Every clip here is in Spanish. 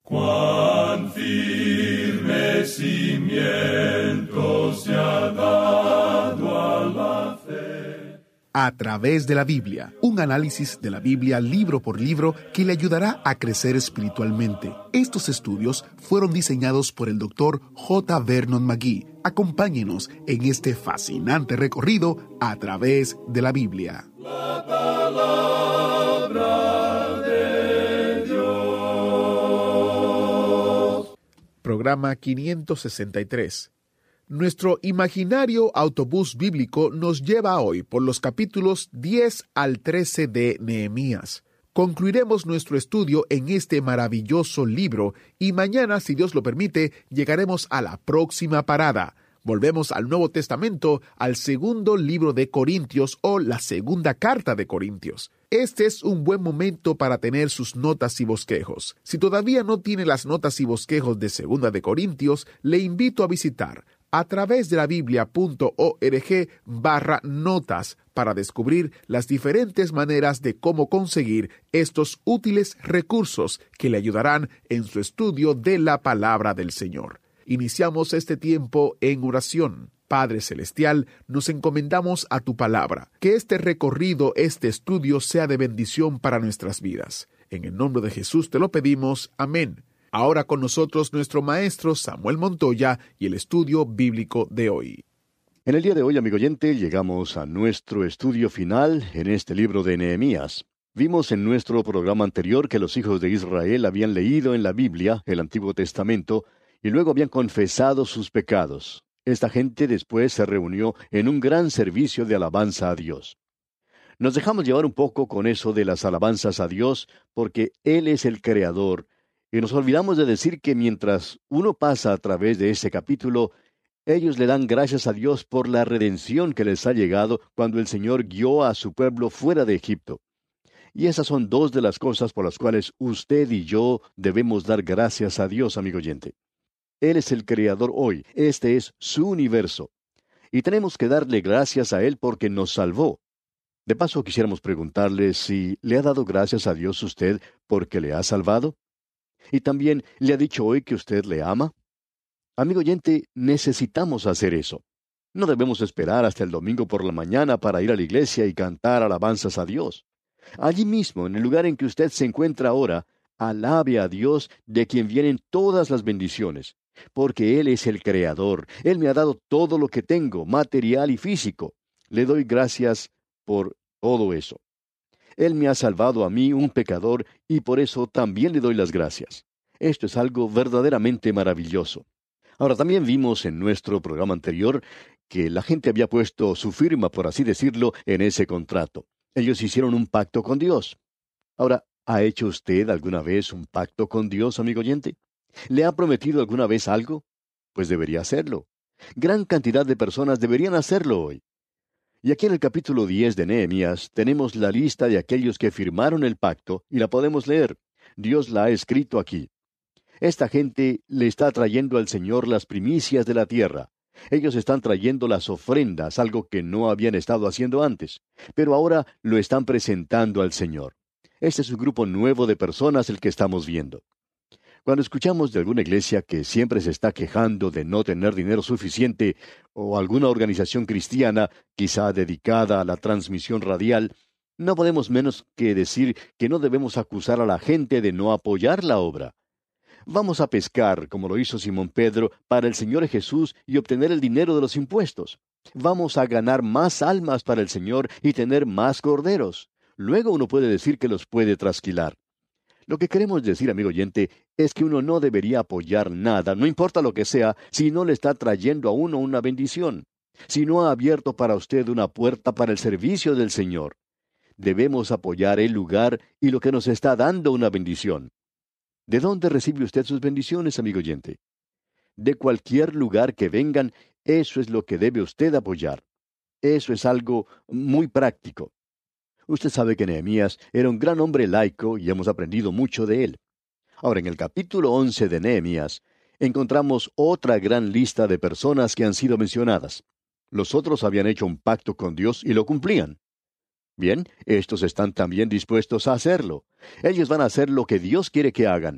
Cuán firme cimiento se ha dado a la fe. A través de la Biblia, un análisis de la Biblia libro por libro que le ayudará a crecer espiritualmente. Estos estudios fueron diseñados por el Dr. J. Vernon McGee. Acompáñenos en este fascinante recorrido a través de la Biblia. La palabra de Dios. Programa 563. Nuestro imaginario autobús bíblico nos lleva hoy por los capítulos 10 al 13 de Nehemías. Concluiremos nuestro estudio en este maravilloso libro y mañana, si Dios lo permite, llegaremos a la próxima parada. Volvemos al Nuevo Testamento, al segundo libro de Corintios o la segunda carta de Corintios. Este es un buen momento para tener sus notas y bosquejos. Si todavía no tiene las notas y bosquejos de segunda de Corintios, le invito a visitar a través de la biblia.org/notas para descubrir las diferentes maneras de cómo conseguir estos útiles recursos que le ayudarán en su estudio de la palabra del Señor. Iniciamos este tiempo en oración. Padre Celestial, nos encomendamos a tu palabra. Que este recorrido, este estudio sea de bendición para nuestras vidas. En el nombre de Jesús te lo pedimos. Amén. Ahora con nosotros nuestro maestro Samuel Montoya y el estudio bíblico de hoy. En el día de hoy, amigo oyente, llegamos a nuestro estudio final en este libro de Nehemías. Vimos en nuestro programa anterior que los hijos de Israel habían leído en la Biblia, el Antiguo Testamento, y luego habían confesado sus pecados. Esta gente después se reunió en un gran servicio de alabanza a Dios. Nos dejamos llevar un poco con eso de las alabanzas a Dios, porque Él es el Creador, y nos olvidamos de decir que mientras uno pasa a través de ese capítulo, ellos le dan gracias a Dios por la redención que les ha llegado cuando el Señor guió a su pueblo fuera de Egipto. Y esas son dos de las cosas por las cuales usted y yo debemos dar gracias a Dios, amigo oyente. Él es el Creador hoy, este es su universo. Y tenemos que darle gracias a Él porque nos salvó. De paso, quisiéramos preguntarle si le ha dado gracias a Dios usted porque le ha salvado. Y también, ¿le ha dicho hoy que usted le ama? Amigo oyente, necesitamos hacer eso. No debemos esperar hasta el domingo por la mañana para ir a la iglesia y cantar alabanzas a Dios. Allí mismo, en el lugar en que usted se encuentra ahora, alabe a Dios de quien vienen todas las bendiciones, porque Él es el Creador. Él me ha dado todo lo que tengo, material y físico. Le doy gracias por todo eso. Él me ha salvado a mí, un pecador, y por eso también le doy las gracias. Esto es algo verdaderamente maravilloso. Ahora, también vimos en nuestro programa anterior que la gente había puesto su firma, por así decirlo, en ese contrato. Ellos hicieron un pacto con Dios. Ahora, ¿ha hecho usted alguna vez un pacto con Dios, amigo oyente? ¿Le ha prometido alguna vez algo? Pues debería hacerlo. Gran cantidad de personas deberían hacerlo hoy. Y aquí en el capítulo 10 de Nehemías tenemos la lista de aquellos que firmaron el pacto y la podemos leer. Dios la ha escrito aquí. Esta gente le está trayendo al Señor las primicias de la tierra. Ellos están trayendo las ofrendas, algo que no habían estado haciendo antes, pero ahora lo están presentando al Señor. Este es un grupo nuevo de personas el que estamos viendo. Cuando escuchamos de alguna iglesia que siempre se está quejando de no tener dinero suficiente, o alguna organización cristiana, quizá dedicada a la transmisión radial, no podemos menos que decir que no debemos acusar a la gente de no apoyar la obra. Vamos a pescar, como lo hizo Simón Pedro, para el Señor Jesús y obtener el dinero de los impuestos. Vamos a ganar más almas para el Señor y tener más corderos. Luego uno puede decir que los puede trasquilar. Lo que queremos decir, amigo oyente, es que uno no debería apoyar nada, no importa lo que sea, si no le está trayendo a uno una bendición, si no ha abierto para usted una puerta para el servicio del Señor. Debemos apoyar el lugar y lo que nos está dando una bendición. ¿De dónde recibe usted sus bendiciones, amigo oyente? De cualquier lugar que vengan, eso es lo que debe usted apoyar. Eso es algo muy práctico. Usted sabe que Nehemías era un gran hombre laico y hemos aprendido mucho de él. Ahora, en el capítulo 11 de Nehemías, encontramos otra gran lista de personas que han sido mencionadas. Los otros habían hecho un pacto con Dios y lo cumplían. Bien, estos están también dispuestos a hacerlo. Ellos van a hacer lo que Dios quiere que hagan.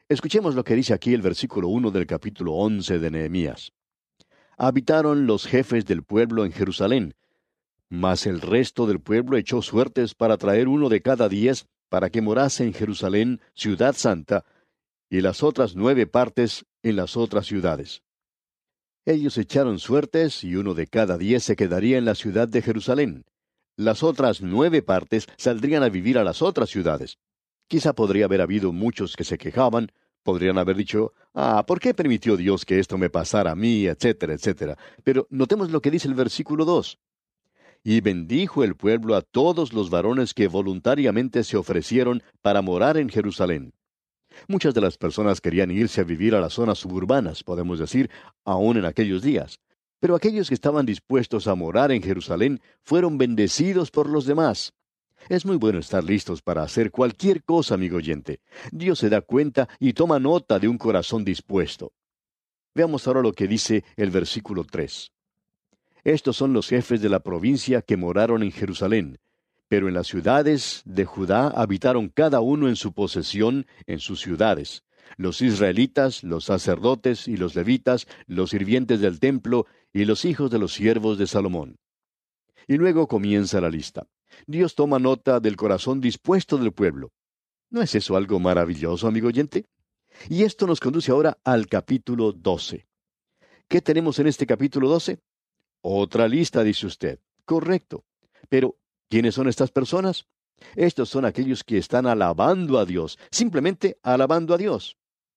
Escuchemos lo que dice aquí el versículo 1 del capítulo 11 de Nehemías. Habitaron los jefes del pueblo en Jerusalén, mas el resto del pueblo echó suertes para traer 1 de cada 10 para que morase en Jerusalén, ciudad santa, y las otras 9 partes en las otras ciudades. Ellos echaron suertes y 1 de cada 10 se quedaría en la ciudad de Jerusalén. Las otras 9 partes saldrían a vivir a las otras ciudades. Quizá podría haber habido muchos que se quejaban, podrían haber dicho, ¿por qué permitió Dios que esto me pasara a mí?, etcétera, etcétera. Pero notemos lo que dice el versículo 2. Y bendijo el pueblo a todos los varones que voluntariamente se ofrecieron para morar en Jerusalén. Muchas de las personas querían irse a vivir a las zonas suburbanas, podemos decir, aún en aquellos días. Pero aquellos que estaban dispuestos a morar en Jerusalén fueron bendecidos por los demás. Es muy bueno estar listos para hacer cualquier cosa, amigo oyente. Dios se da cuenta y toma nota de un corazón dispuesto. Veamos ahora lo que dice el versículo 3. Estos son los jefes de la provincia que moraron en Jerusalén, pero en las ciudades de Judá habitaron cada uno en su posesión, en sus ciudades. Los israelitas, los sacerdotes y los levitas, los sirvientes del templo y los hijos de los siervos de Salomón. Y luego comienza la lista. Dios toma nota del corazón dispuesto del pueblo. ¿No es eso algo maravilloso, amigo oyente? Y esto nos conduce ahora al capítulo 12. ¿Qué tenemos en este capítulo 12? Otra lista, dice usted. Correcto. Pero, ¿quiénes son estas personas? Estos son aquellos que están alabando a Dios, simplemente alabando a Dios.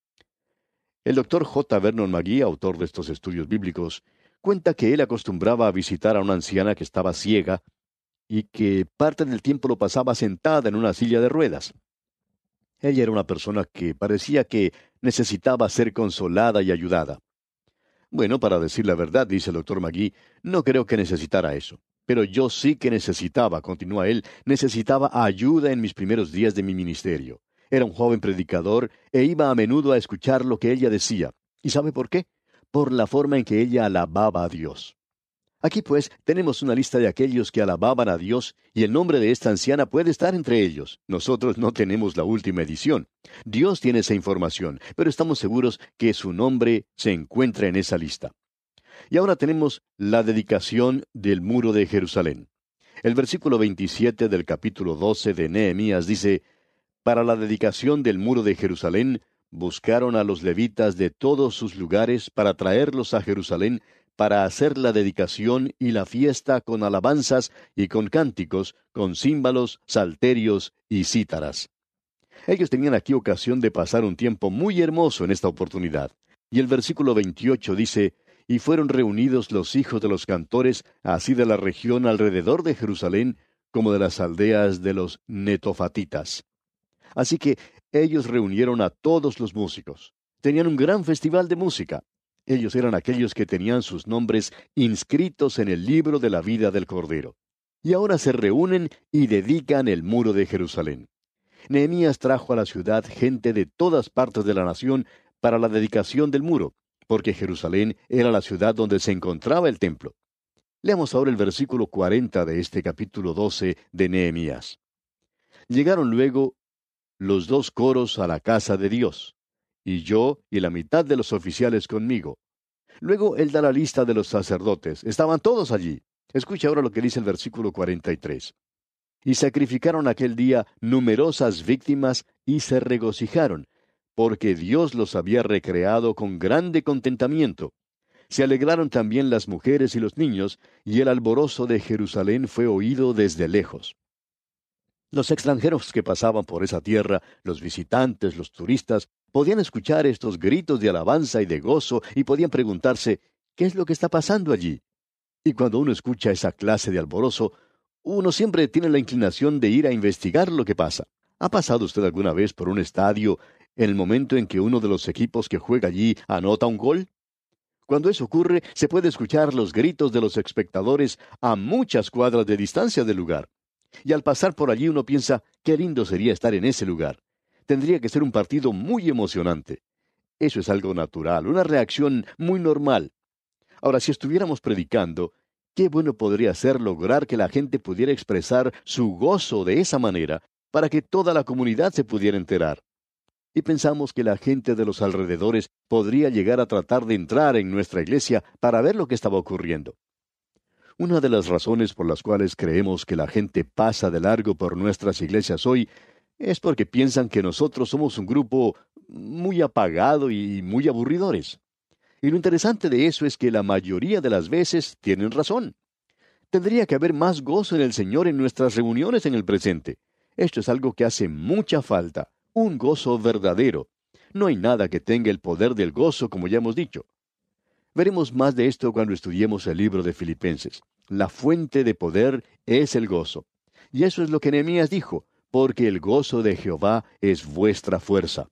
El doctor J. Vernon McGee, autor de estos estudios bíblicos, cuenta que él acostumbraba a visitar a una anciana que estaba ciega y que parte del tiempo lo pasaba sentada en una silla de ruedas. Ella era una persona que parecía que necesitaba ser consolada y ayudada. Bueno, para decir la verdad, dice el doctor McGee, no creo que necesitara eso. Pero yo sí que necesitaba, continúa él, necesitaba ayuda en mis primeros días de mi ministerio. Era un joven predicador e iba a menudo a escuchar lo que ella decía. ¿Y sabe por qué? Por la forma en que ella alababa a Dios. Aquí pues tenemos una lista de aquellos que alababan a Dios y el nombre de esta anciana puede estar entre ellos. Nosotros no tenemos la última edición. Dios tiene esa información, pero estamos seguros que su nombre se encuentra en esa lista. Y ahora tenemos la dedicación del muro de Jerusalén. El versículo 27 del capítulo 12 de Nehemías dice, para la dedicación del muro de Jerusalén, buscaron a los levitas de todos sus lugares para traerlos a Jerusalén, para hacer la dedicación y la fiesta con alabanzas y con cánticos, con címbalos, salterios y cítaras. Ellos tenían aquí ocasión de pasar un tiempo muy hermoso en esta oportunidad. Y el versículo 28 dice, y fueron reunidos los hijos de los cantores, así de la región alrededor de Jerusalén, como de las aldeas de los netofatitas. Así que ellos reunieron a todos los músicos. Tenían un gran festival de música. Ellos eran aquellos que tenían sus nombres inscritos en el libro de la vida del Cordero. Y ahora se reúnen y dedican el muro de Jerusalén. Nehemías trajo a la ciudad gente de todas partes de la nación para la dedicación del muro, porque Jerusalén era la ciudad donde se encontraba el templo. Leamos ahora el versículo 40 de este capítulo 12 de Nehemías. Llegaron luego los 2 coros a la casa de Dios, y yo y la mitad de los oficiales conmigo. Luego él da la lista de los sacerdotes. Estaban todos allí. Escucha ahora lo que dice el versículo 43. Y sacrificaron aquel día numerosas víctimas y se regocijaron, porque Dios los había recreado con grande contentamiento. Se alegraron también las mujeres y los niños, y el alborozo de Jerusalén fue oído desde lejos. Los extranjeros que pasaban por esa tierra, los visitantes, los turistas, podían escuchar estos gritos de alabanza y de gozo y podían preguntarse, ¿qué es lo que está pasando allí? Y cuando uno escucha esa clase de alborozo, uno siempre tiene la inclinación de ir a investigar lo que pasa. ¿Ha pasado usted alguna vez por un estadio en el momento en que uno de los equipos que juega allí anota un gol? Cuando eso ocurre, se puede escuchar los gritos de los espectadores a muchas cuadras de distancia del lugar. Y al pasar por allí uno piensa, qué lindo sería estar en ese lugar. Tendría que ser un partido muy emocionante. Eso es algo natural, una reacción muy normal. Ahora, si estuviéramos predicando, qué bueno podría ser lograr que la gente pudiera expresar su gozo de esa manera para que toda la comunidad se pudiera enterar. y pensamos que la gente de los alrededores podría llegar a tratar de entrar en nuestra iglesia para ver lo que estaba ocurriendo. Una de las razones por las cuales creemos que la gente pasa de largo por nuestras iglesias hoy es porque piensan que nosotros somos un grupo muy apagado y muy aburridores. Y lo interesante de eso es que la mayoría de las veces tienen razón. Tendría que haber más gozo en el Señor en nuestras reuniones en el presente. Esto es algo que hace mucha falta, un gozo verdadero. No hay nada que tenga el poder del gozo, como ya hemos dicho. Veremos más de esto cuando estudiemos el libro de Filipenses. La fuente de poder es el gozo. Y eso es lo que Nehemías dijo, porque el gozo de Jehová es vuestra fuerza.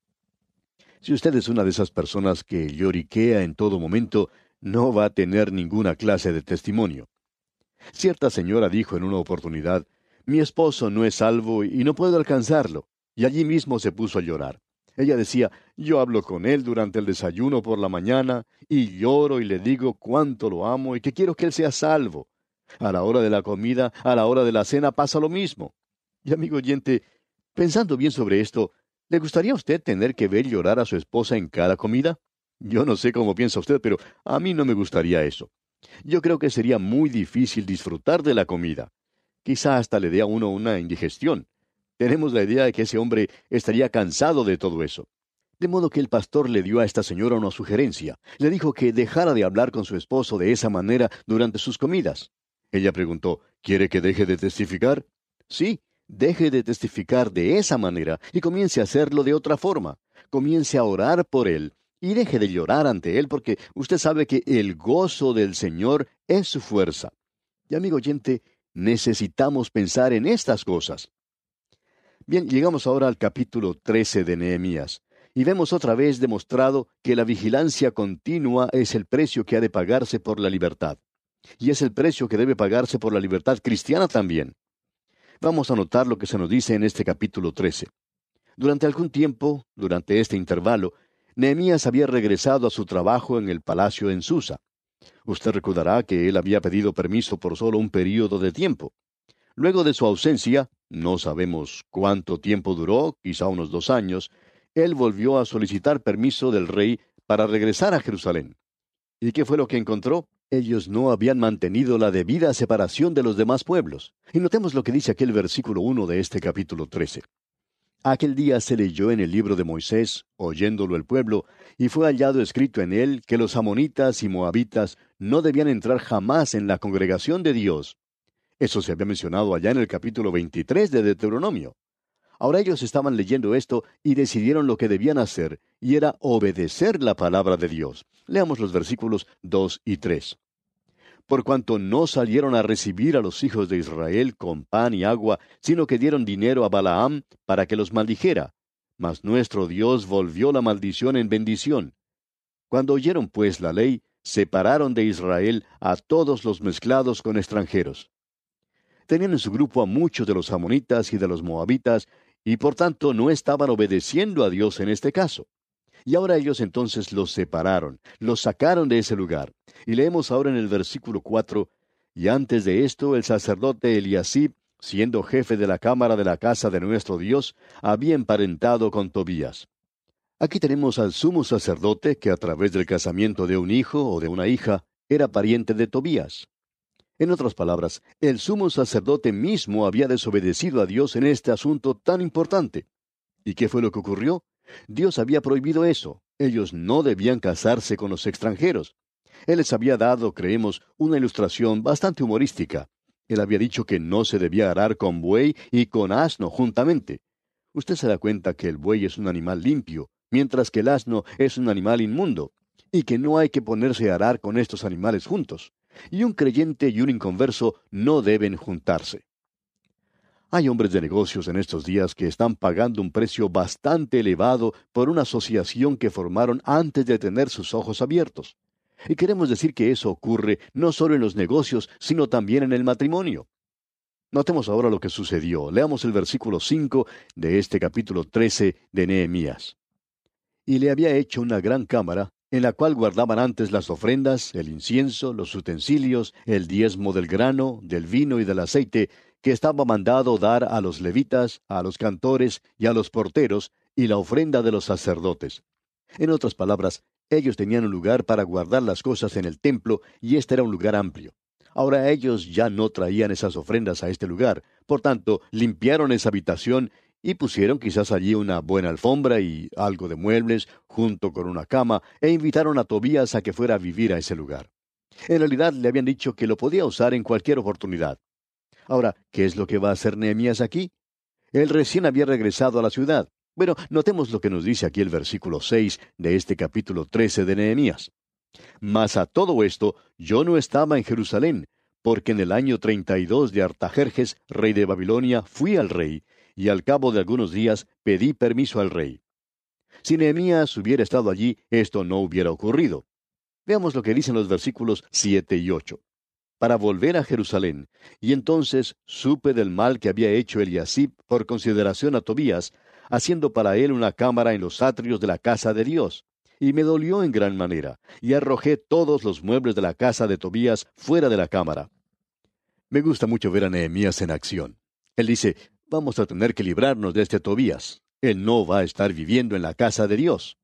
Si usted es una de esas personas que lloriquea en todo momento, no va a tener ninguna clase de testimonio. Cierta señora dijo en una oportunidad, mi esposo no es salvo y no puedo alcanzarlo, y allí mismo se puso a llorar. Ella decía, yo hablo con él durante el desayuno por la mañana, y lloro y le digo cuánto lo amo y que quiero que él sea salvo. A la hora de la comida, a la hora de la cena pasa lo mismo. Y amigo oyente, pensando bien sobre esto, ¿le gustaría a usted tener que ver llorar a su esposa en cada comida? Yo no sé cómo piensa usted, pero a mí no me gustaría eso. Yo creo que sería muy difícil disfrutar de la comida. Quizá hasta le dé a uno una indigestión. Tenemos la idea de que ese hombre estaría cansado de todo eso. De modo que el pastor le dio a esta señora una sugerencia. Le dijo que dejara de hablar con su esposo de esa manera durante sus comidas. Ella preguntó, ¿quiere que deje de testificar? Sí, deje de testificar de esa manera y comience a hacerlo de otra forma. Comience a orar por él y deje de llorar ante él porque usted sabe que el gozo del Señor es su fuerza. Y amigo oyente, necesitamos pensar en estas cosas. Bien, llegamos ahora al capítulo 13 de Nehemías, y vemos otra vez demostrado que la vigilancia continua es el precio que ha de pagarse por la libertad. Y es el precio que debe pagarse por la libertad cristiana también. Vamos a notar lo que se nos dice en este capítulo 13. Durante algún tiempo, durante este intervalo, Nehemías había regresado a su trabajo en el palacio en Susa. Usted recordará que él había pedido permiso por solo un período de tiempo. Luego de su ausencia, no sabemos cuánto tiempo duró, quizá unos 2 años, él volvió a solicitar permiso del rey para regresar a Jerusalén. ¿Y qué fue lo que encontró? Ellos no habían mantenido la debida separación de los demás pueblos. Y notemos lo que dice aquel versículo 1 de este capítulo 13. Aquel día se leyó en el libro de Moisés, oyéndolo el pueblo, y fue hallado escrito en él que los amonitas y moabitas no debían entrar jamás en la congregación de Dios. Eso se había mencionado allá en el capítulo 23 de Deuteronomio. Ahora ellos estaban leyendo esto y decidieron lo que debían hacer, y era obedecer la palabra de Dios. Leamos los versículos 2 y 3. Por cuanto no salieron a recibir a los hijos de Israel con pan y agua, sino que dieron dinero a Balaam para que los maldijera. Mas nuestro Dios volvió la maldición en bendición. Cuando oyeron pues la ley, separaron de Israel a todos los mezclados con extranjeros. Tenían en su grupo a muchos de los amonitas y de los moabitas, y por tanto no estaban obedeciendo a Dios en este caso. Y ahora ellos entonces los separaron, los sacaron de ese lugar. Y leemos ahora en el versículo 4, y antes de esto el sacerdote Eliasib, siendo jefe de la cámara de la casa de nuestro Dios, había emparentado con Tobías. Aquí tenemos al sumo sacerdote que a través del casamiento de un hijo o de una hija era pariente de Tobías. En otras palabras, el sumo sacerdote mismo había desobedecido a Dios en este asunto tan importante. ¿Y qué fue lo que ocurrió? Dios había prohibido eso. Ellos no debían casarse con los extranjeros. Él les había dado, creemos, una ilustración bastante humorística. Él había dicho que no se debía arar con buey y con asno juntamente. Usted se da cuenta que el buey es un animal limpio, mientras que el asno es un animal inmundo, y que no hay que ponerse a arar con estos animales juntos. Y un creyente y un inconverso no deben juntarse. Hay hombres de negocios en estos días que están pagando un precio bastante elevado por una asociación que formaron antes de tener sus ojos abiertos. Y queremos decir que eso ocurre no solo en los negocios, sino también en el matrimonio. Notemos ahora lo que sucedió. Leamos el versículo 5 de este capítulo 13 de Nehemías. Y le había hecho una gran cámara, en la cual guardaban antes las ofrendas, el incienso, los utensilios, el diezmo del grano, del vino y del aceite, que estaba mandado dar a los levitas, a los cantores y a los porteros, y la ofrenda de los sacerdotes. En otras palabras, ellos tenían un lugar para guardar las cosas en el templo, y este era un lugar amplio. Ahora ellos ya no traían esas ofrendas a este lugar, por tanto, limpiaron esa habitación y pusieron quizás allí una buena alfombra y algo de muebles, junto con una cama, e invitaron a Tobías a que fuera a vivir a ese lugar. En realidad le habían dicho que lo podía usar en cualquier oportunidad. Ahora, ¿qué es lo que va a hacer Nehemías aquí? Él recién había regresado a la ciudad. Bueno, notemos lo que nos dice aquí el versículo 6 de este capítulo 13 de Nehemías. Mas a todo esto yo no estaba en Jerusalén, porque en el año 32 de Artajerjes, rey de Babilonia, fui al rey, y al cabo de algunos días pedí permiso al rey. Si Nehemías hubiera estado allí, esto no hubiera ocurrido. Veamos lo que dicen los versículos 7 y 8. Para volver a Jerusalén, y entonces supe del mal que había hecho Eliasib por consideración a Tobías, haciendo para él una cámara en los atrios de la casa de Dios. Y me dolió en gran manera, y arrojé todos los muebles de la casa de Tobías fuera de la cámara. Me gusta mucho ver a Nehemías en acción. Él dice, vamos a tener que librarnos de este Tobías. Él no va a estar viviendo en la casa de Dios.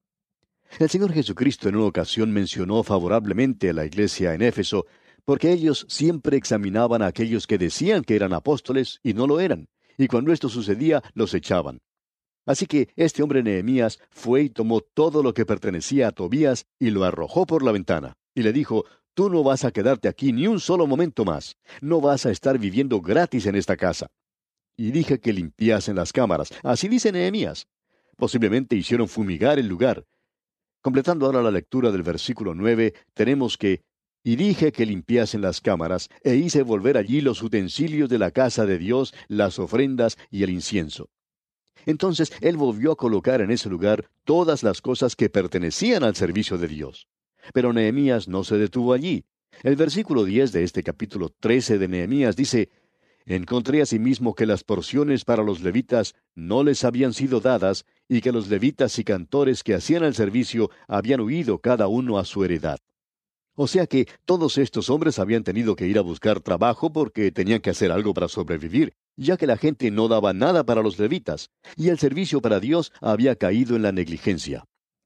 El Señor Jesucristo en una ocasión mencionó favorablemente a la iglesia en Éfeso, porque ellos siempre examinaban a aquellos que decían que eran apóstoles y no lo eran, y cuando esto sucedía, los echaban. Así que este hombre Nehemías fue y tomó todo lo que pertenecía a Tobías y lo arrojó por la ventana, y le dijo, tú no vas a quedarte aquí ni un solo momento más, no vas a estar viviendo gratis en esta casa. Y dije que limpiasen las cámaras, así dice Nehemías. Posiblemente hicieron fumigar el lugar. Completando ahora la lectura del versículo 9, tenemos que, y dije que limpiasen las cámaras, e hice volver allí los utensilios de la casa de Dios, las ofrendas y el incienso. Entonces él volvió a colocar en ese lugar todas las cosas que pertenecían al servicio de Dios. Pero Nehemías no se detuvo allí. El versículo 10 de este capítulo 13 de Nehemías dice, encontré asimismo que las porciones para los levitas no les habían sido dadas, y que los levitas y cantores que hacían el servicio habían huido cada uno a su heredad. O sea que todos estos hombres habían tenido que ir a buscar trabajo porque tenían que hacer algo para sobrevivir, ya que la gente no daba nada para los levitas, y el servicio para Dios había caído en la negligencia.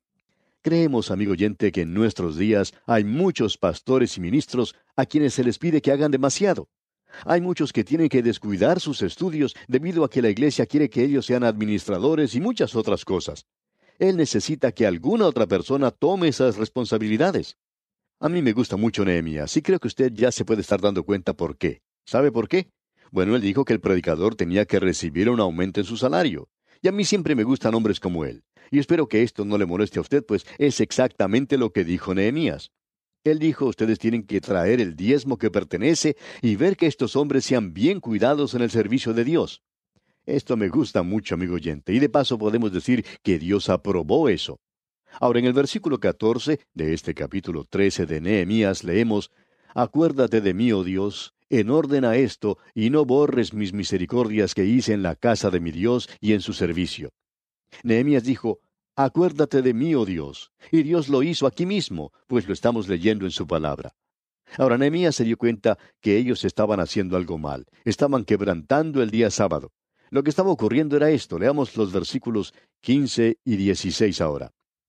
Creemos, amigo oyente, que en nuestros días hay muchos pastores y ministros a quienes se les pide que hagan demasiado. Hay muchos que tienen que descuidar sus estudios debido a que la iglesia quiere que ellos sean administradores y muchas otras cosas. Él necesita que alguna otra persona tome esas responsabilidades. A mí me gusta mucho Nehemías y creo que usted ya se puede estar dando cuenta por qué. ¿Sabe por qué? Bueno, él dijo que el predicador tenía que recibir un aumento en su salario. Y a mí siempre me gustan hombres como él. Y espero que esto no le moleste a usted, pues es exactamente lo que dijo Nehemías. Él dijo, ustedes tienen que traer el diezmo que pertenece y ver que estos hombres sean bien cuidados en el servicio de Dios. Esto me gusta mucho, amigo oyente, y de paso podemos decir que Dios aprobó eso. Ahora, en el versículo 14 de este capítulo 13 de Nehemías leemos, acuérdate de mí, oh Dios, en orden a esto, y no borres mis misericordias que hice en la casa de mi Dios y en su servicio. Nehemías dijo, acuérdate de mí, oh Dios, y Dios lo hizo aquí mismo, pues lo estamos leyendo en su palabra. Ahora, Nehemías se dio cuenta que ellos estaban haciendo algo mal, estaban quebrantando el día sábado. Lo que estaba ocurriendo era esto, leamos los versículos 15 y 16 ahora.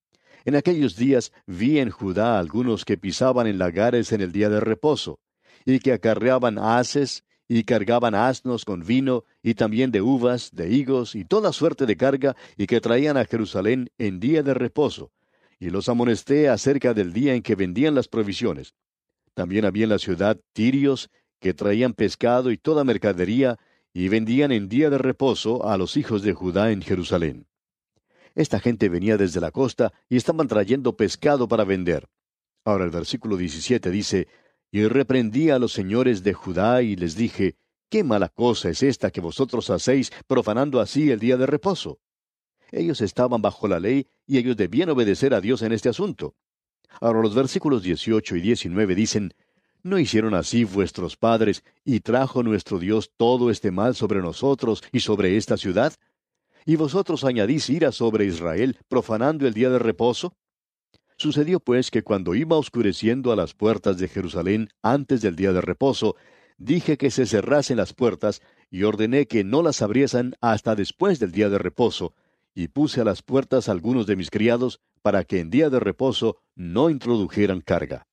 En aquellos días vi en Judá algunos que pisaban en lagares en el día de reposo, y que acarreaban haces, y cargaban asnos con vino, y también de uvas, de higos, y toda suerte de carga, y que traían a Jerusalén en día de reposo. Y los amonesté acerca del día en que vendían las provisiones. También había en la ciudad tirios, que traían pescado y toda mercadería, y vendían en día de reposo a los hijos de Judá en Jerusalén. Esta gente venía desde la costa y estaban trayendo pescado para vender. Ahora el versículo 17 dice, y reprendí a los señores de Judá y les dije, ¿qué mala cosa es esta que vosotros hacéis profanando así el día de reposo? Ellos estaban bajo la ley y ellos debían obedecer a Dios en este asunto. Ahora los versículos 18 y 19 dicen, ¿no hicieron así vuestros padres y trajo nuestro Dios todo este mal sobre nosotros y sobre esta ciudad? ¿Y vosotros añadís ira sobre Israel, profanando el día de reposo? Sucedió pues que cuando iba oscureciendo a las puertas de Jerusalén antes del día de reposo, dije que se cerrasen las puertas, y ordené que no las abriesen hasta después del día de reposo, y puse a las puertas algunos de mis criados para que en día de reposo no introdujeran carga.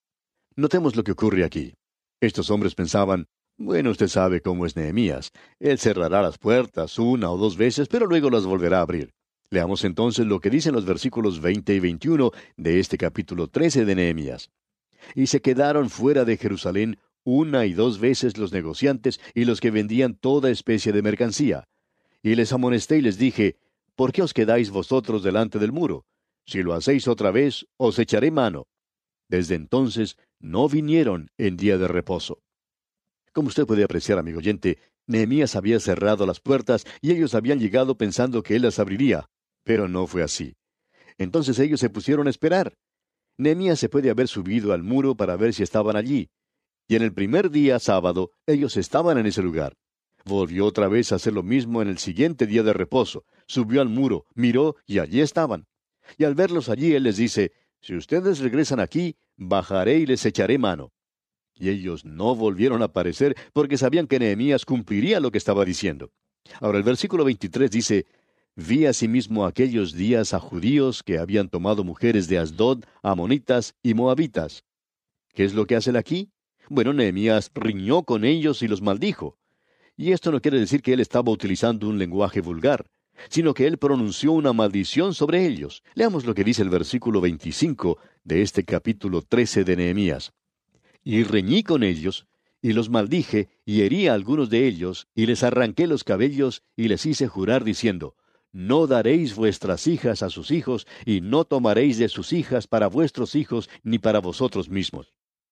Notemos lo que ocurre aquí. Estos hombres pensaban, bueno, usted sabe cómo es Nehemías. Él cerrará las puertas 1 o 2 veces, pero luego las volverá a abrir. Leamos entonces lo que dicen los versículos 20 y 21 de este capítulo 13 de Nehemías. Y se quedaron fuera de Jerusalén 1 y 2 veces los negociantes y los que vendían toda especie de mercancía. Y les amonesté y les dije, ¿por qué os quedáis vosotros delante del muro? Si lo hacéis otra vez, os echaré mano. Desde entonces no vinieron en día de reposo. Como usted puede apreciar, amigo oyente, Nehemías había cerrado las puertas y ellos habían llegado pensando que él las abriría, pero no fue así. Entonces ellos se pusieron a esperar. Nehemías se puede haber subido al muro para ver si estaban allí. Y en el primer día, sábado, ellos estaban en ese lugar. Volvió otra vez a hacer lo mismo en el siguiente día de reposo. Subió al muro, miró y allí estaban. Y al verlos allí, él les dice, si ustedes regresan aquí, bajaré y les echaré mano. Y ellos no volvieron a aparecer porque sabían que Nehemías cumpliría lo que estaba diciendo. Ahora el versículo 23 dice, vi asimismo aquellos días a judíos que habían tomado mujeres de Asdod, amonitas y moabitas. ¿Qué es lo que hacen aquí? Bueno, Nehemías riñó con ellos y los maldijo. Y esto no quiere decir que él estaba utilizando un lenguaje vulgar, sino que él pronunció una maldición sobre ellos. Leamos lo que dice el versículo 25 de este capítulo 13 de Nehemías. Y reñí con ellos, y los maldije, y herí a algunos de ellos, y les arranqué los cabellos, y les hice jurar diciendo, no daréis vuestras hijas a sus hijos, y no tomaréis de sus hijas para vuestros hijos, ni para vosotros mismos.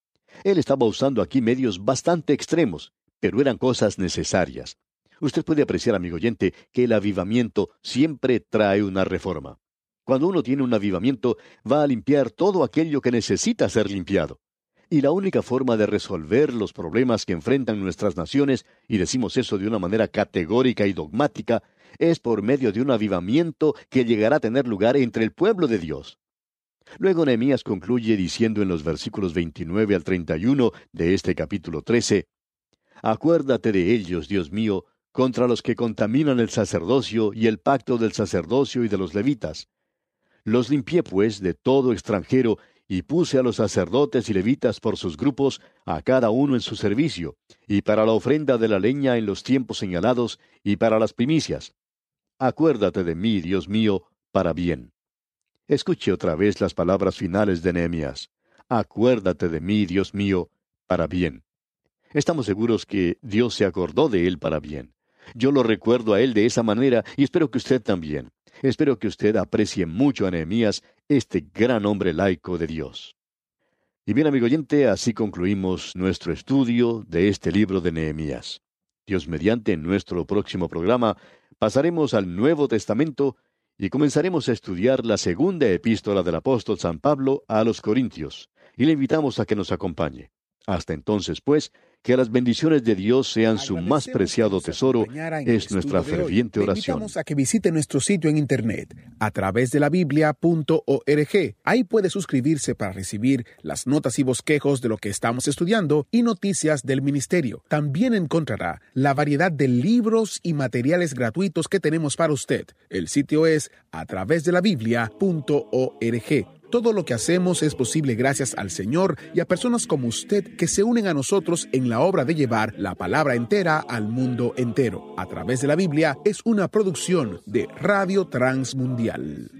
Él estaba usando aquí medios bastante extremos, pero eran cosas necesarias. Usted puede apreciar, amigo oyente, que el avivamiento siempre trae una reforma. Cuando uno tiene un avivamiento, va a limpiar todo aquello que necesita ser limpiado. Y la única forma de resolver los problemas que enfrentan nuestras naciones, y decimos eso de una manera categórica y dogmática, es por medio de un avivamiento que llegará a tener lugar entre el pueblo de Dios. Luego Nehemías concluye diciendo en los versículos 29 al 31 de este capítulo 13, acuérdate de ellos, Dios mío, contra los que contaminan el sacerdocio y el pacto del sacerdocio y de los levitas. Los limpié, pues, de todo extranjero, y puse a los sacerdotes y levitas por sus grupos, a cada uno en su servicio, y para la ofrenda de la leña en los tiempos señalados, y para las primicias. Acuérdate de mí, Dios mío, para bien. Escuche otra vez las palabras finales de Nehemías. Acuérdate de mí, Dios mío, para bien. Estamos seguros que Dios se acordó de él para bien. Yo lo recuerdo a él de esa manera y espero que usted también. Espero que usted aprecie mucho a Nehemías, este gran hombre laico de Dios. Y bien, amigo oyente, así concluimos nuestro estudio de este libro de Nehemías. Dios mediante, en nuestro próximo programa, pasaremos al Nuevo Testamento y comenzaremos a estudiar la segunda epístola del apóstol San Pablo a los Corintios, y le invitamos a que nos acompañe. Hasta entonces, pues, que las bendiciones de Dios sean su más preciado tesoro, es nuestra ferviente oración. Le invitamos a que visite nuestro sitio en internet, a través de la Biblia.org. Ahí puede suscribirse para recibir las notas y bosquejos de lo que estamos estudiando y noticias del ministerio. También encontrará la variedad de libros y materiales gratuitos que tenemos para usted. El sitio es a través de la Biblia.org. Todo lo que hacemos es posible gracias al Señor y a personas como usted que se unen a nosotros en la obra de llevar la palabra entera al mundo entero. A través de la Biblia es una producción de Radio Transmundial.